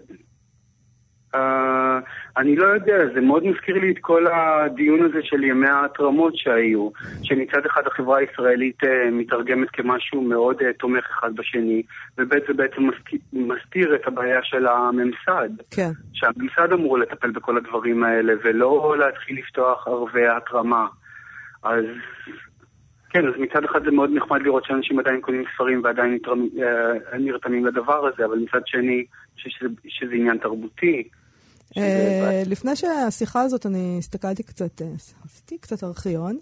אני לא יודע, זה מאוד מזכיר לי את כל הדיון הזה של ימי ההתרמות שהיו, שמצד אחד החברה הישראלית מתרגמת כמשהו מאוד תומך אחד בשני, ובית זה בעצם מסתיר את הבעיה של הממסד. כן. שהממסד אמור לטפל בכל הדברים האלה, ולא להתחיל לפתוח ערבי ההתרמה. אז כן, אז מצד אחד זה מאוד נחמד לראות שאנשים עדיין קונים ספרים ועדיין נרתמים לדבר הזה, אבל מצד שני, שזה עניין תרבותי. לפני שהשיחה הזאת אני הסתכלתי קצת, עשיתי קצת ארכיון,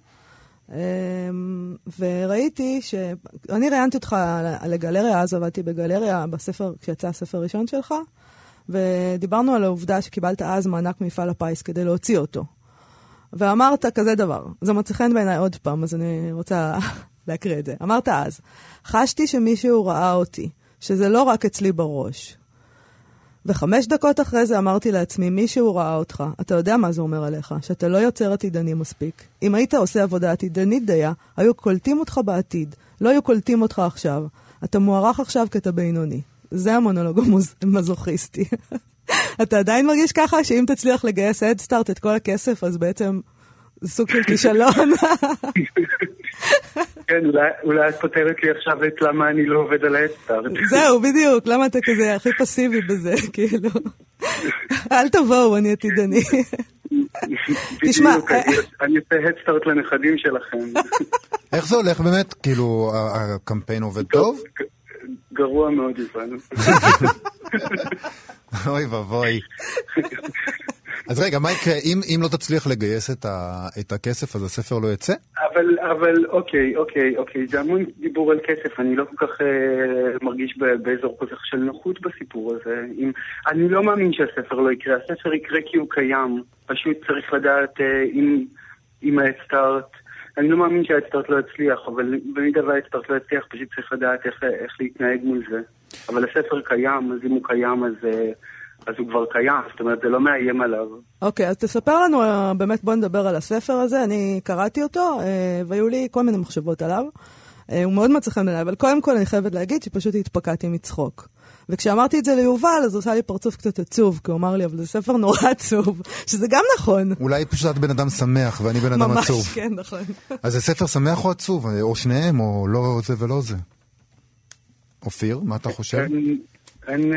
וראיתי שאני ראיינתי אותך לגלריה, אז עבדתי בגלריה בספר, כשיצא הספר הראשון שלך, ודיברנו על העובדה שקיבלת אז מענק מפעל הפיס כדי להוציא אותו. ואמרת כזה דבר, זה מצא חן בעיניי עוד פעם, אז אני רוצה להקריא את זה. אמרת אז, חשתי שמישהו ראה אותי, שזה לא רק אצלי בראש. וחמש דקות אחרי זה אמרתי לעצמי, מישהו ראה אותך, אתה יודע מה זה אומר עליך, שאתה לא יוצר עתידני מספיק. אם היית עושה עבודה עתידנית דייה, היו קולטים אותך בעתיד, לא היו קולטים אותך עכשיו. אתה מוערך עכשיו כתה בינוני. זה המונולוג המזוכיסטי. אתה עדיין מרגיש ככה שאם תצליח לגייס הדסטארט את כל הכסף, אז בעצם זה סוג של כישלון. כן, אולי את פותרת לי עכשיו את למה אני לא עובד על ההדסטארט. זהו, בדיוק, למה אתה כזה הכי פסיבי בזה, כאילו. אל תבואו, אני עתידני. תשמע, אני אעשה הדסטארט לנכדים שלכם. איך זה הולך באמת? כאילו, הקמפיין עובד טוב? גרוע מאוד, יפענו. אוי ובוי. אז רגע, מה יקרה, אם, אם לא תצליח לגייס את, ה, את הכסף, אז הספר לא יצא? אבל, אבל, אוקיי, אוקיי, אוקיי, זה המון דיבור על כסף, אני לא כל כך אה, מרגיש באזור כל כך של נוחות בסיפור הזה. אם, אני לא מאמין שהספר לא יקרה, הספר יקרה כי הוא קיים, פשוט צריך לדעת אה, אם, אם ההדסטארט, אני לא מאמין שההדסטארט לא יצליח, אבל במידה וההדסטארט לא יצליח, פשוט צריך לדעת איך, איך להתנהג מול זה. אבל הספר קיים, אז אם הוא קיים, אז... אה, אז הוא כבר קיים, זאת אומרת, זה לא מאיים עליו. אוקיי, אז תספר לנו, באמת בוא נדבר על הספר הזה, אני קראתי אותו, והיו לי כל מיני מחשבות עליו, הוא מאוד מצא חן בעיניי, אבל קודם כל אני חייבת להגיד שפשוט התפקעתי מצחוק. וכשאמרתי את זה ליובל, אז הוא עושה לי פרצוף קצת עצוב, כי הוא אמר לי, אבל זה ספר נורא עצוב, שזה גם נכון. אולי פשוט בן אדם שמח, ואני בן אדם עצוב. ממש, כן, נכון. אז זה ספר שמח או עצוב, או שניהם, או לא זה ולא זה. אופיר, מה אתה חושב? אין...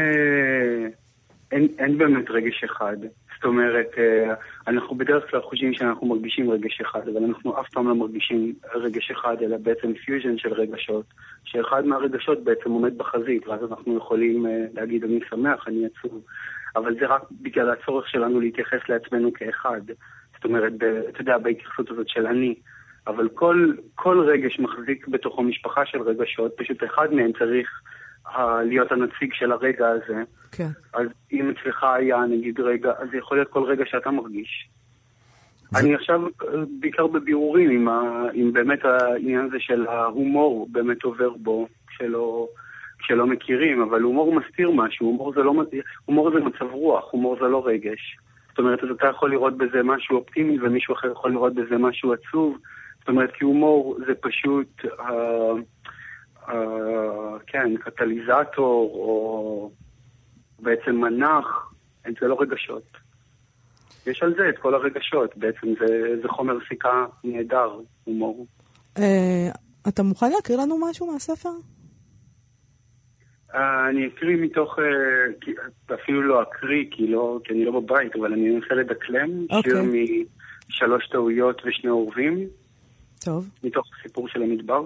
אין, אין באמת רגש אחד. זאת אומרת, אנחנו בדרך כלל חושבים שאנחנו מרגישים רגש אחד, אבל אנחנו אף פעם לא מרגישים רגש אחד, אלא בעצם פיוז'ן של רגשות, שאחד מהרגשות בעצם עומד בחזית, ואז אנחנו יכולים להגיד, אני שמח, אני עצוב, אבל זה רק בגלל הצורך שלנו להתייחס לעצמנו כאחד. זאת אומרת, אתה יודע, בהתייחסות הזאת של אני, אבל כל, כל רגש מחזיק בתוכו משפחה של רגשות, פשוט אחד מהם צריך להיות הנציג של הרגע הזה. כן. אז אם אצלך היה נגיד רגע, אז זה יכול להיות כל רגע שאתה מרגיש. זה... אני עכשיו בעיקר בבירורים עם, ה... עם באמת העניין הזה של ההומור באמת עובר בו, כשלא, כשלא מכירים, אבל הומור מסתיר משהו, הומור זה, לא... הומור זה מצב רוח, הומור זה לא רגש. זאת אומרת, אז אתה יכול לראות בזה משהו אופטימי ומישהו אחר יכול לראות בזה משהו עצוב. זאת אומרת, כי הומור זה פשוט... Uh... Uh, כן, קטליזטור או בעצם מנח, זה לא רגשות. יש על זה את כל הרגשות, בעצם זה, זה חומר סיכה נהדר, הומור. Uh, אתה מוכן להקריא לנו משהו מהספר? אני אקריא מתוך, אפילו לא אקריא, כי אני לא בבית, אבל אני אנסה לדקלם, שיר משלוש טעויות ושני עורבים. טוב. מתוך סיפור של המדבר.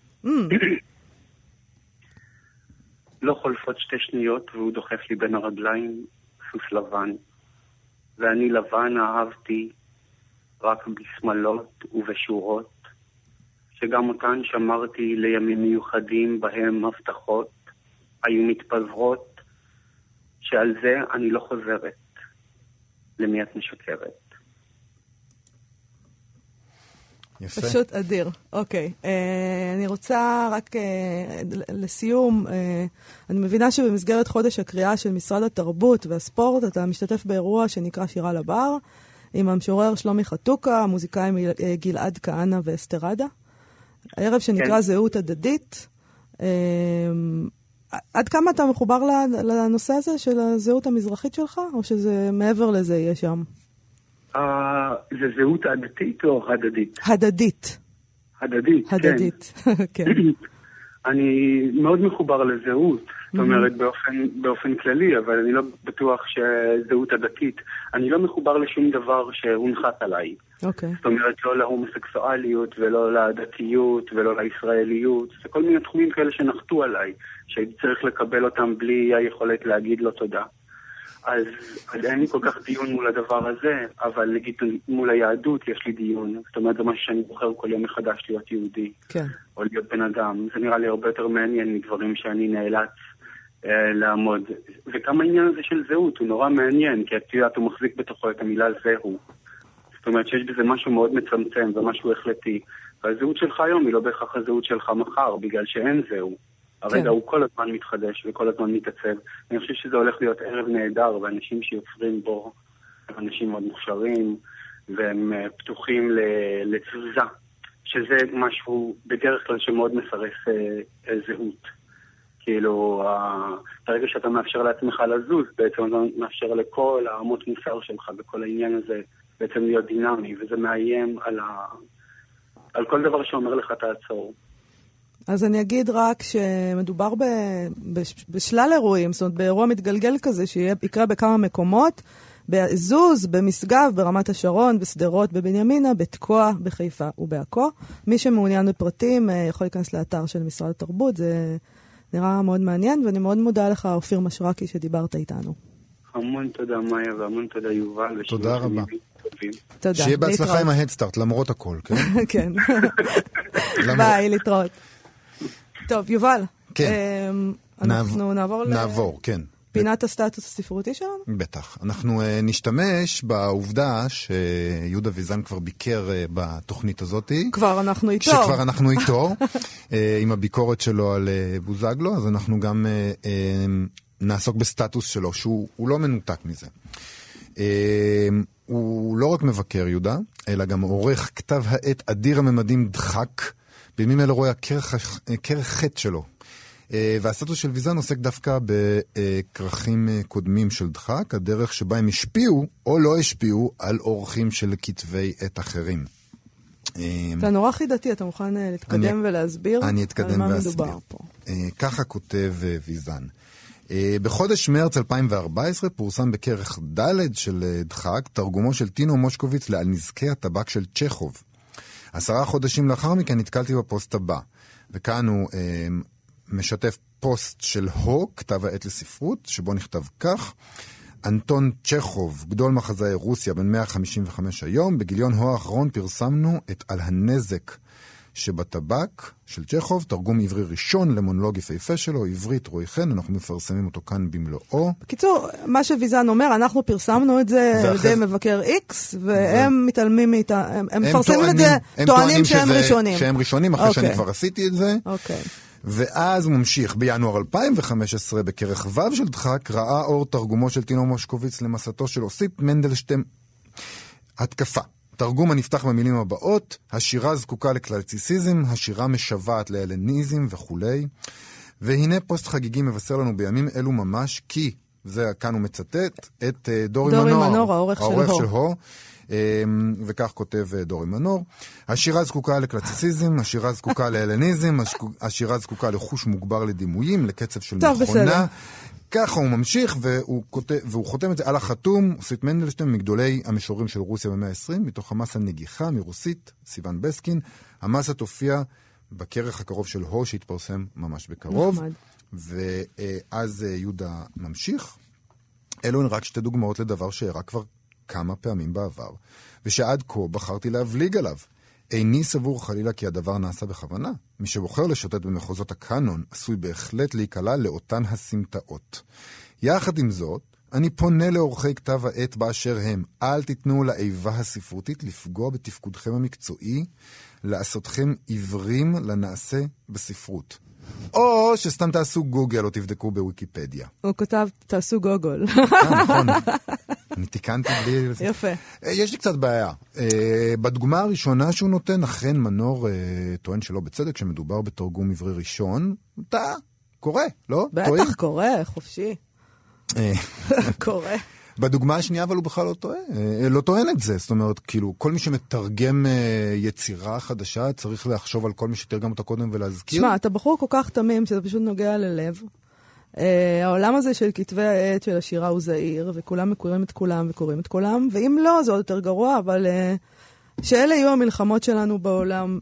לא חולפות שתי שניות והוא דוחף לי בין הרגליים סוס לבן. ואני לבן אהבתי רק בשמלות ובשורות, שגם אותן שמרתי לימים מיוחדים בהם הבטחות היו מתפזרות, שעל זה אני לא חוזרת. למי את משקרת? יפה. פשוט אדיר. אוקיי. אה, אני רוצה רק אה, לסיום, אה, אני מבינה שבמסגרת חודש הקריאה של משרד התרבות והספורט, אתה משתתף באירוע שנקרא שירה לבר, עם המשורר שלומי חתוקה, המוזיקאים גלעד כהנא ואסתרדה. הערב שנקרא כן. זהות הדדית. אה, עד כמה אתה מחובר לנושא הזה של הזהות המזרחית שלך, או שזה מעבר לזה יהיה שם? זה זהות הדדית או הדדית? הדדית. הדדית, הדדית, כן. אני מאוד מחובר לזהות, זאת אומרת באופן כללי, אבל אני לא בטוח שזהות הדתית. אני לא מחובר לשום דבר שהונחת עליי. זאת אומרת, לא להומוסקסואליות ולא לדתיות ולא לישראליות. זה כל מיני תחומים כאלה שנחתו עליי, שהייתי צריך לקבל אותם בלי היכולת להגיד לו תודה. אז אין לי כל כך דיון מול הדבר הזה, אבל להגיד מול היהדות יש לי דיון. זאת אומרת, זה משהו שאני בוחר כל יום מחדש להיות יהודי. כן. או להיות בן אדם. זה נראה לי הרבה יותר מעניין מדברים שאני נאלץ אה, לעמוד. וגם העניין הזה של זהות הוא נורא מעניין, כי את יודעת, הוא מחזיק בתוכו את המילה זהו. זאת אומרת שיש בזה משהו מאוד מצמצם ומשהו החלטי. והזהות שלך היום היא לא בהכרח הזהות שלך מחר, בגלל שאין זהו. הרגע הוא כל הזמן מתחדש וכל הזמן מתעצב. אני חושב שזה הולך להיות ערב נהדר, ואנשים שיוצרים בו, אנשים מאוד מוכשרים, והם פתוחים לתזוזה, שזה משהו בדרך כלל שמאוד מסרס זהות. כאילו, ברגע שאתה מאפשר לעצמך לזוז, בעצם אתה מאפשר לכל העמות מוסר שלך, וכל העניין הזה בעצם להיות דינמי, וזה מאיים על, ה... על כל דבר שאומר לך תעצור. אז אני אגיד רק שמדובר ב, בש, בשלל אירועים, זאת אומרת באירוע מתגלגל כזה שיקרה בכמה מקומות, בזוז, במשגב, ברמת השרון, בסדרות, בבנימינה, בתקוע, בחיפה ובעכו. מי שמעוניין בפרטים יכול להיכנס לאתר של משרד התרבות, זה נראה מאוד מעניין, ואני מאוד מודה לך אופיר משרקי שדיברת איתנו. המון תודה מאיה והמון תודה יובל. תודה רבה. תודה. שיהיה בהצלחה עם ההדסטארט, למרות הכל, כן? כן. ביי, להתראות. טוב, יובל. כן. אנחנו נעבור ל... נעבור, כן. פינת הסטטוס הספרותי שלנו? בטח. אנחנו נשתמש בעובדה שיהודה ויזן כבר ביקר בתוכנית הזאת. כבר אנחנו איתו. שכבר אנחנו איתו, עם הביקורת שלו על בוזגלו, אז אנחנו גם נעסוק בסטטוס שלו, שהוא לא מנותק מזה. הוא לא רק מבקר יהודה, אלא גם עורך כתב העת אדיר הממדים דחק, בימים אלה רואה כרך חטא שלו. והסטטוס של ויזן עוסק דווקא בכרכים קודמים של דחק, הדרך שבה הם השפיעו או לא השפיעו על אורחים של כתבי עת אחרים. אתה נורא חידתי, אתה מוכן להתקדם ולהסביר? אני אתקדם ואסביר. ככה כותב ויזן. בחודש מרץ אלפיים וארבע עשרה פורסם בכרך ד' של דחק תרגומו של טינו מושקוביץ לעל נזקי הטבק של צ'כוב. עשרה חודשים לאחר מכן נתקלתי בפוסט הבא, וכאן הוא אה, משתף פוסט של הו, כתב העת לספרות, שבו נכתב כך: אנטון צ'כוב, גדול מחזאי רוסיה, בן מאה חמישים וחמש היום, בגיליון הו האחרון פרסמנו את על הנזק שבטבק של צ'כוב, תרגום עברי ראשון למונולוג יפהפה שלו, עברית רואי חן, אנחנו מפרסמים אותו כאן במלואו. בקיצור, מה שוויזן אומר, אנחנו פרסמנו את זה על ידי מבקר איקס, והם מתעלמים מאיתה, הם מפרסמים את זה, טוענים שהם ראשונים. שהם ראשונים, אחרי שאני כבר עשיתי את זה. אוקיי. ואז הוא ממשיך, בינואר אלפיים וחמש עשרה, בכרך ו' של דחק, ראה אור תרגומו של טינו מושקוביץ למסתו של אוסיפ מנדלשטיין, התקפה. תרגום הנפתח במילים הבאות: השירה זקוקה לקלאסיציזם, השירה משוועת להלניזם וכו'. והנה פוסט חגיגי מבשר לנו בימים אלו ממש, כי, זה כאן הוא מצטט, את דורי, דורי מנור, מנור, העורך, העורך של, של הו, וכך כותב דורי מנור, השירה זקוקה לקלאסיציזם, השירה זקוקה להלניזם, השירה זקוקה לחוש מוגבר לדימויים, לקצב של טוב, מכונה. בסדר. ככה הוא ממשיך, והוא, כותב, והוא חותם את זה על החתום, אוסית מנדלשטיין, מגדולי המשוררים של רוסיה במאה ה-עשרים, מתוך המסה נגיחה מרוסית, סיוון בסקין. המסה תופיע בכרך הקרוב של הו, שהתפרסם ממש בקרוב. נחמד. ואז יהודה ממשיך. אלו הן רק שתי דוגמאות לדבר שהראה כבר כמה פעמים בעבר, ושעד כה בחרתי להבליג עליו. איני סבור חלילה כי הדבר נעשה בכוונה. מי שבוחר לשוטט במחוזות הקאנון עשוי בהחלט להיקלע לאותן הסמטאות. יחד עם זאת, אני פונה לאורחי כתב העת באשר הם. אל תיתנו לאיבה הספרותית לפגוע בתפקודכם המקצועי, לעשותכם עיוורים לנעשה בספרות. או שסתם תעשו גוגל או תבדקו בוויקיפדיה. הוא כותב, תעשו גוגל. נכון. אני תיקנתי בלי... יפה. יש לי קצת בעיה. בדוגמה הראשונה שהוא נותן, אכן מנור טוען שלא בצדק, שמדובר בתרגום עברי ראשון. אתה קורא, לא? בטח קורא, חופשי. קורא. בדוגמה השנייה, אבל הוא בכלל לא טוען, לא טוען את זה. זאת אומרת, כאילו, כל מי שמתרגם יצירה חדשה, צריך לחשוב על כל מי שתרגם אותה קודם ולהזכיר. שמע, אתה בחור כל כך תמים, שזה פשוט נוגע ללב. העולם הזה של כתבי העת של השירה הוא זהיר, וכולם מקוראים את כולם וקוראים את כולם, ואם לא, זה עוד יותר גרוע, אבל שאלה יהיו המלחמות שלנו בעולם.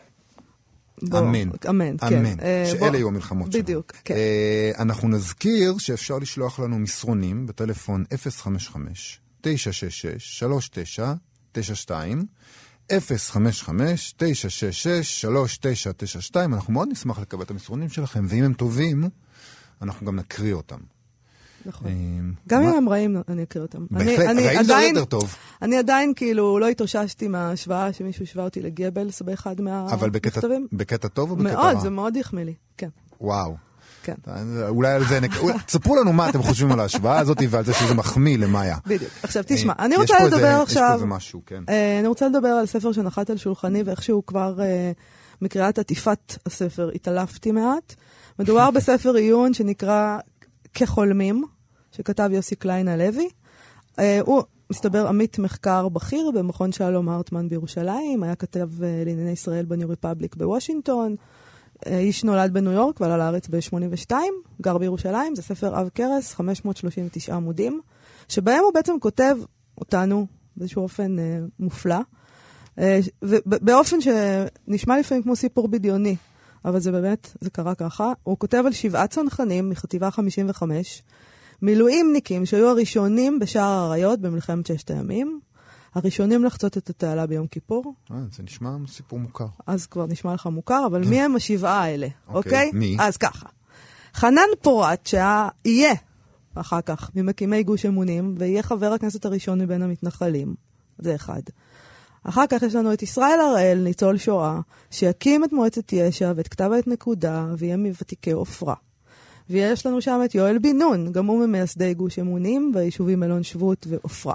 אמן. אמן, כן. אמן. שאלה יהיו המלחמות שלנו. בדיוק, כן. אנחנו נזכיר שאפשר לשלוח לנו מסרונים בטלפון אפס חמש חמש תשע שש שש שלוש תשע תשע שתיים, אפס חמש חמש תשע שש שש שלוש תשע תשע שתיים. אנחנו מאוד נשמח לקבל את המסרונים שלכם, ואם הם טובים, אנחנו גם נקריא אותם. נכון. גם אם הם רעים, אני אקריא אותם. בהחלט, רעים זה יותר טוב. אני עדיין כאילו לא התאוששתי מההשוואה שמישהו השווה אותי לגבלס באחד מהמכתבים. אבל בקטע טוב או בקטע רע? מאוד, זה מאוד יחמיא לי, כן. וואו. כן. אולי על זה, תספרו לנו מה אתם חושבים על ההשוואה הזאת ועל זה שזה מחמיא למאיה. בדיוק. עכשיו תשמע, אני רוצה לדבר עכשיו, יש פה איזה משהו, כן. אני רוצה לדבר על ספר שנחת על שולחני, ואיכשהו כבר מקריאת עטיפת הספר התעלפתי מעט. מדובר בספר עיון שנקרא כחולמים, שכתב יוסי קליין הלוי. הוא מסתבר עמית מחקר בכיר במכון שלום הרטמן בירושלים, היה כתב לענייני ישראל בניו ריפבליק בוושינגטון, איש נולד בניו יורק ועלה לארץ ב-שמונים ושתיים, גר בירושלים, זה ספר עב כרס, חמש מאות שלושים ותשעה עמודים, שבהם הוא בעצם כותב אותנו באיזשהו אופן אה, מופלא, אה, ובאופן שנשמע לפעמים כמו סיפור בדיוני, אבל זה באמת, זה קרה ככה. הוא כותב על שבעה צנחנים מחטיבה חמישים וחמש, מילואימניקים שהיו הראשונים בשער האריות במלחמת ששת הימים, הראשונים לחצות את התעלה ביום כיפור. אה, זה נשמע סיפור מוכר. אז כבר נשמע לך מוכר, אבל מי הם השבעה האלה? אוקיי? מי? אז ככה. חנן פורת, שיהיה אחר כך ממקימי גוש אמונים, ויהיה חבר הכנסת הראשון מבין המתנחלים. זה אחד. אחר כך יש לנו את ישראל הראל, ניצול שואה, שיקים את מועצת ישע ואת כתב העת נקודה, ויהיה מוותיקי עופרה. ויש לנו שם את יואל בן נון, גם הוא ממייסדי גוש אמונים, והיישובים אלון שבות ועופרה.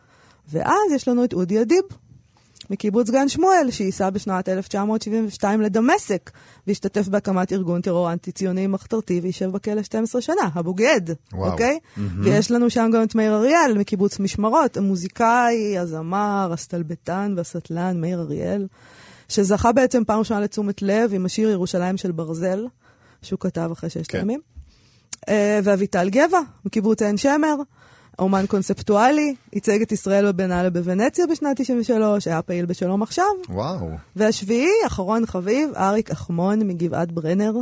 ואז יש לנו את אודי אדיב, מקיבוץ גן שמואל, שייסע בשנת אלף תשע מאות שבעים ושתיים לדמשק, והשתתף בהקמת ארגון טרור אנטי-ציוני מחתרתי, וישב בכלא שתים עשרה שנה, הבוגד, אוקיי? Mm-hmm. ויש לנו שם גם את מאיר אריאל, מקיבוץ משמרות, המוזיקאי, הזמר, הסטלבטן והסטלן, מאיר אריאל, שזכה בעצם פעם ראשונה לתשומת לב עם השיר ירושלים של ברזל, שהוא כתב אחרי ששת ימים. אה, ואביטל גבע, מקיבוץ עין שמר, אומן קונספטואלי, ייצג את ישראל בביאנלה בוונציה בשנת תשעים ושלוש, היה פעיל בשלום עכשיו. וואו. והשביעי, אחרון חביב, אריק אחמון מגבעת ברנר,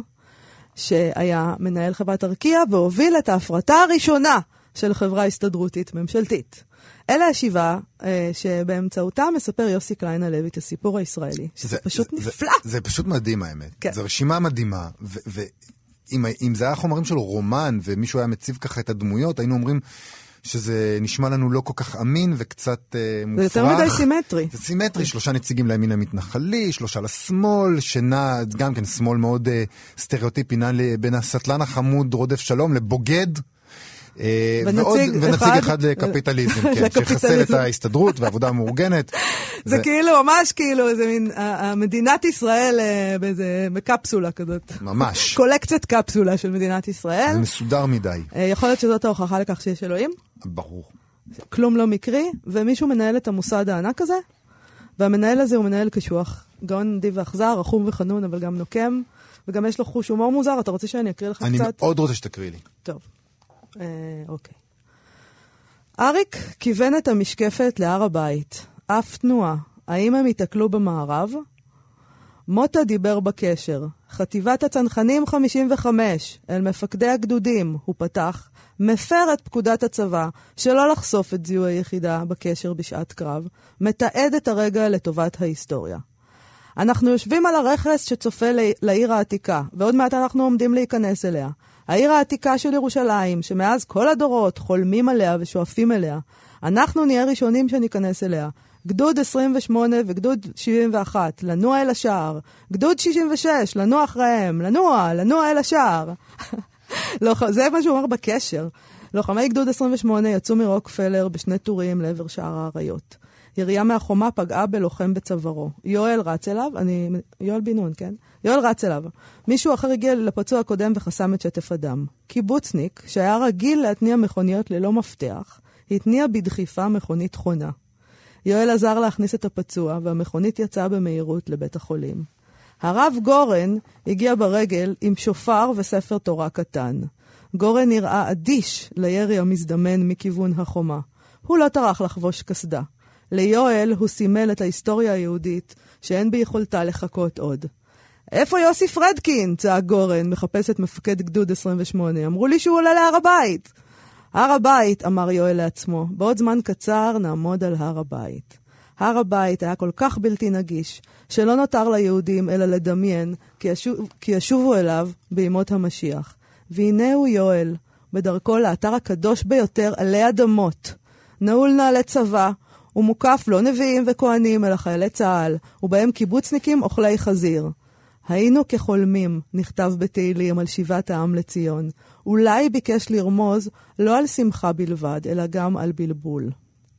שהיה מנהל חברת ארקיע, והוביל את ההפרטה הראשונה של חברה הסתדרותית ממשלתית. אלה השבעה אה, שבאמצעותה מספר יוסי קליין הלוי את הסיפור הישראלי, שזה זה, פשוט זה, נפלא. זה, זה פשוט מדהים האמת. כן. זו רשימה מדהימה, ו... ו- אם, אם זה היה חומרים של רומן, ומישהו היה מציב ככה את הדמויות, היינו אומרים שזה נשמע לנו לא כל כך אמין, וקצת אה, מופרך. זה יותר מדי סימטרי. זה סימטרי, שלושה נציגים לימין המתנחלי, שלושה לשמאל, שנע, גם כן שמאל מאוד אה, סטריאוטיפי, נע בין הסטלן החמוד רודף שלום לבוגד, ונציג, ונציג אחד, אחד לקפיטליזם, כן, שחסל את ההסתדרות והעבודה המאורגנת. זה ו... כאילו, ממש כאילו, זה מין, מדינת ישראל באיזה, בקפסולה כזאת. ממש. קולקציית קפסולה של מדינת ישראל. זה מסודר מדי. יכול להיות שזאת ההוכחה לכך שיש אלוהים? ברור. כלום לא מקרי, ומישהו מנהל את המוסד הענק הזה, והמנהל הזה הוא מנהל קשוח. גאון נדיב ואכזר, רחום וחנון, אבל גם נוקם, וגם יש לו חוש הומור מוזר. אתה רוצה שאני אקריא לך אני קצת? אני מאוד רוצה שתקריא לי. טוב. אה, אוקיי. אריק כיוון את המשקפת להר הבית. אף תנועה. האם הם יתקלו במערב? מוטה דיבר בקשר. חטיבת הצנחנים חמישים וחמש. אל מפקדי הגדודים. הוא פתח. מפר את פקודת הצבא, שלא לחשוף את זיהוי היחידה בקשר בשעת קרב. מתעד את הרגע לטובת ההיסטוריה. אנחנו יושבים על הרכס שצופה לעיר העתיקה, ועוד מעט אנחנו עומדים להיכנס אליה. העיר העתיקה של ירושלים, שמאז כל הדורות חולמים עליה ושואפים אליה. אנחנו נהיה ראשונים שניכנס אליה. גדוד עשרים ושמונה וגדוד שבעים ואחת, לנוע אל השער. גדוד שישים ושש, לנוע אחריהם. לנוע, לנוע אל השער. לא, זה מה שהוא אומר בקשר. לוחמי גדוד עשרים ושמונה יצאו מרוקפלר בשני טורים לעבר שער האריות. ירייה מהחומה פגעה בלוחם בצווארו. יואל רץ אליו, אני... יואל בינון, כן? יואל רץ אליו. מישהו אחר הגיע לפצוע קודם וחסם את שטף הדם. קיבוצניק, שהיה רגיל להתניע מכוניות ללא מפתח, התניע בדחיפה מכונית חונה. יואל עזר להכניס את הפצוע, והמכונית יצאה במהירות לבית החולים. הרב גורן הגיע ברגל עם שופר וספר תורה קטן. גורן נראה אדיש לירי המזדמן מכיוון החומה. הוא לא טרח לחבוש כסדה. ליואל הוא סימל את ההיסטוריה היהודית שאין ביכולתה לחכות עוד. איפה יוסי פרדקין? צעק גורן, מחפש את מפקד גדוד עשרים ושמונה. אמרו לי שהוא עולה להר הבית. הר הבית, אמר יואל לעצמו. בעוד זמן קצר נעמוד על הר הבית. הר הבית היה כל כך בלתי נגיש, שלא נותר ליהודים אלא לדמיין, כי, ישוב, כי ישובו אליו בימות המשיח. והנה הוא יואל, בדרכו לאתר הקדוש ביותר עלי אדמות. נעול נעלי צבא, ומוקף לא נביאים וכהנים אלא חיילי צהל, ובהם קיבוצניקים אוכלי חזיר. היינו כחולמים, נכתב בתהילים על שיבת העם לציון. אולי ביקש לרמוז לא על שמחה בלבד, אלא גם על בלבול.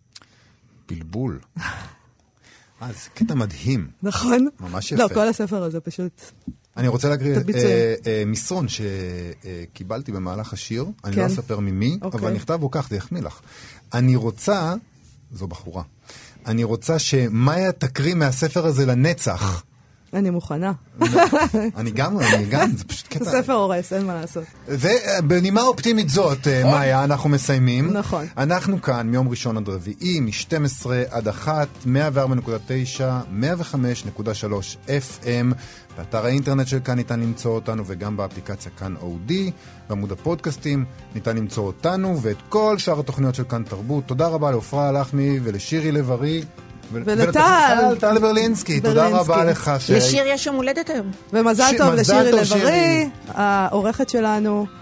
בלבול. אה, זה קטע מדהים. נכון? ממש יפה. לא, כל הספר הזה פשוט... אני רוצה להקריא אה, אה, מסרון שקיבלתי במהלך השיר. אני כן. לא אספר ממי, אוקיי. אבל נכתב בו כך, זה יחמיא לך. אני רוצה, זו בחורה, אני רוצה שמאיה תקריא מהספר הזה לנצח. אני מוכנה. אני גם, אני גם, זה פשוט קטע. ספר הורס, אין מה לעשות. ובנימה אופטימית זאת, מאיה, אנחנו מסיימים. נכון. אנחנו כאן מיום ראשון עד רביעי, מ-שתים עשרה עד אחת, מאה וארבע נקודה תשע, מאה וחמש נקודה שלוש אף אם, באתר האינטרנט של כאן ניתן למצוא אותנו, וגם באפליקציה כאן אודי, בעמוד הפודקאסטים ניתן למצוא אותנו, ואת כל שאר התוכניות של כאן תרבות. תודה רבה לאופרה הלחמי ולשירי לב-ארי. ולטל. טל ברלינסקי, תודה רבה לך. לשיר יש יום הולדת היום. ומזל טוב לשירי לב-ארי, העורכת שלנו.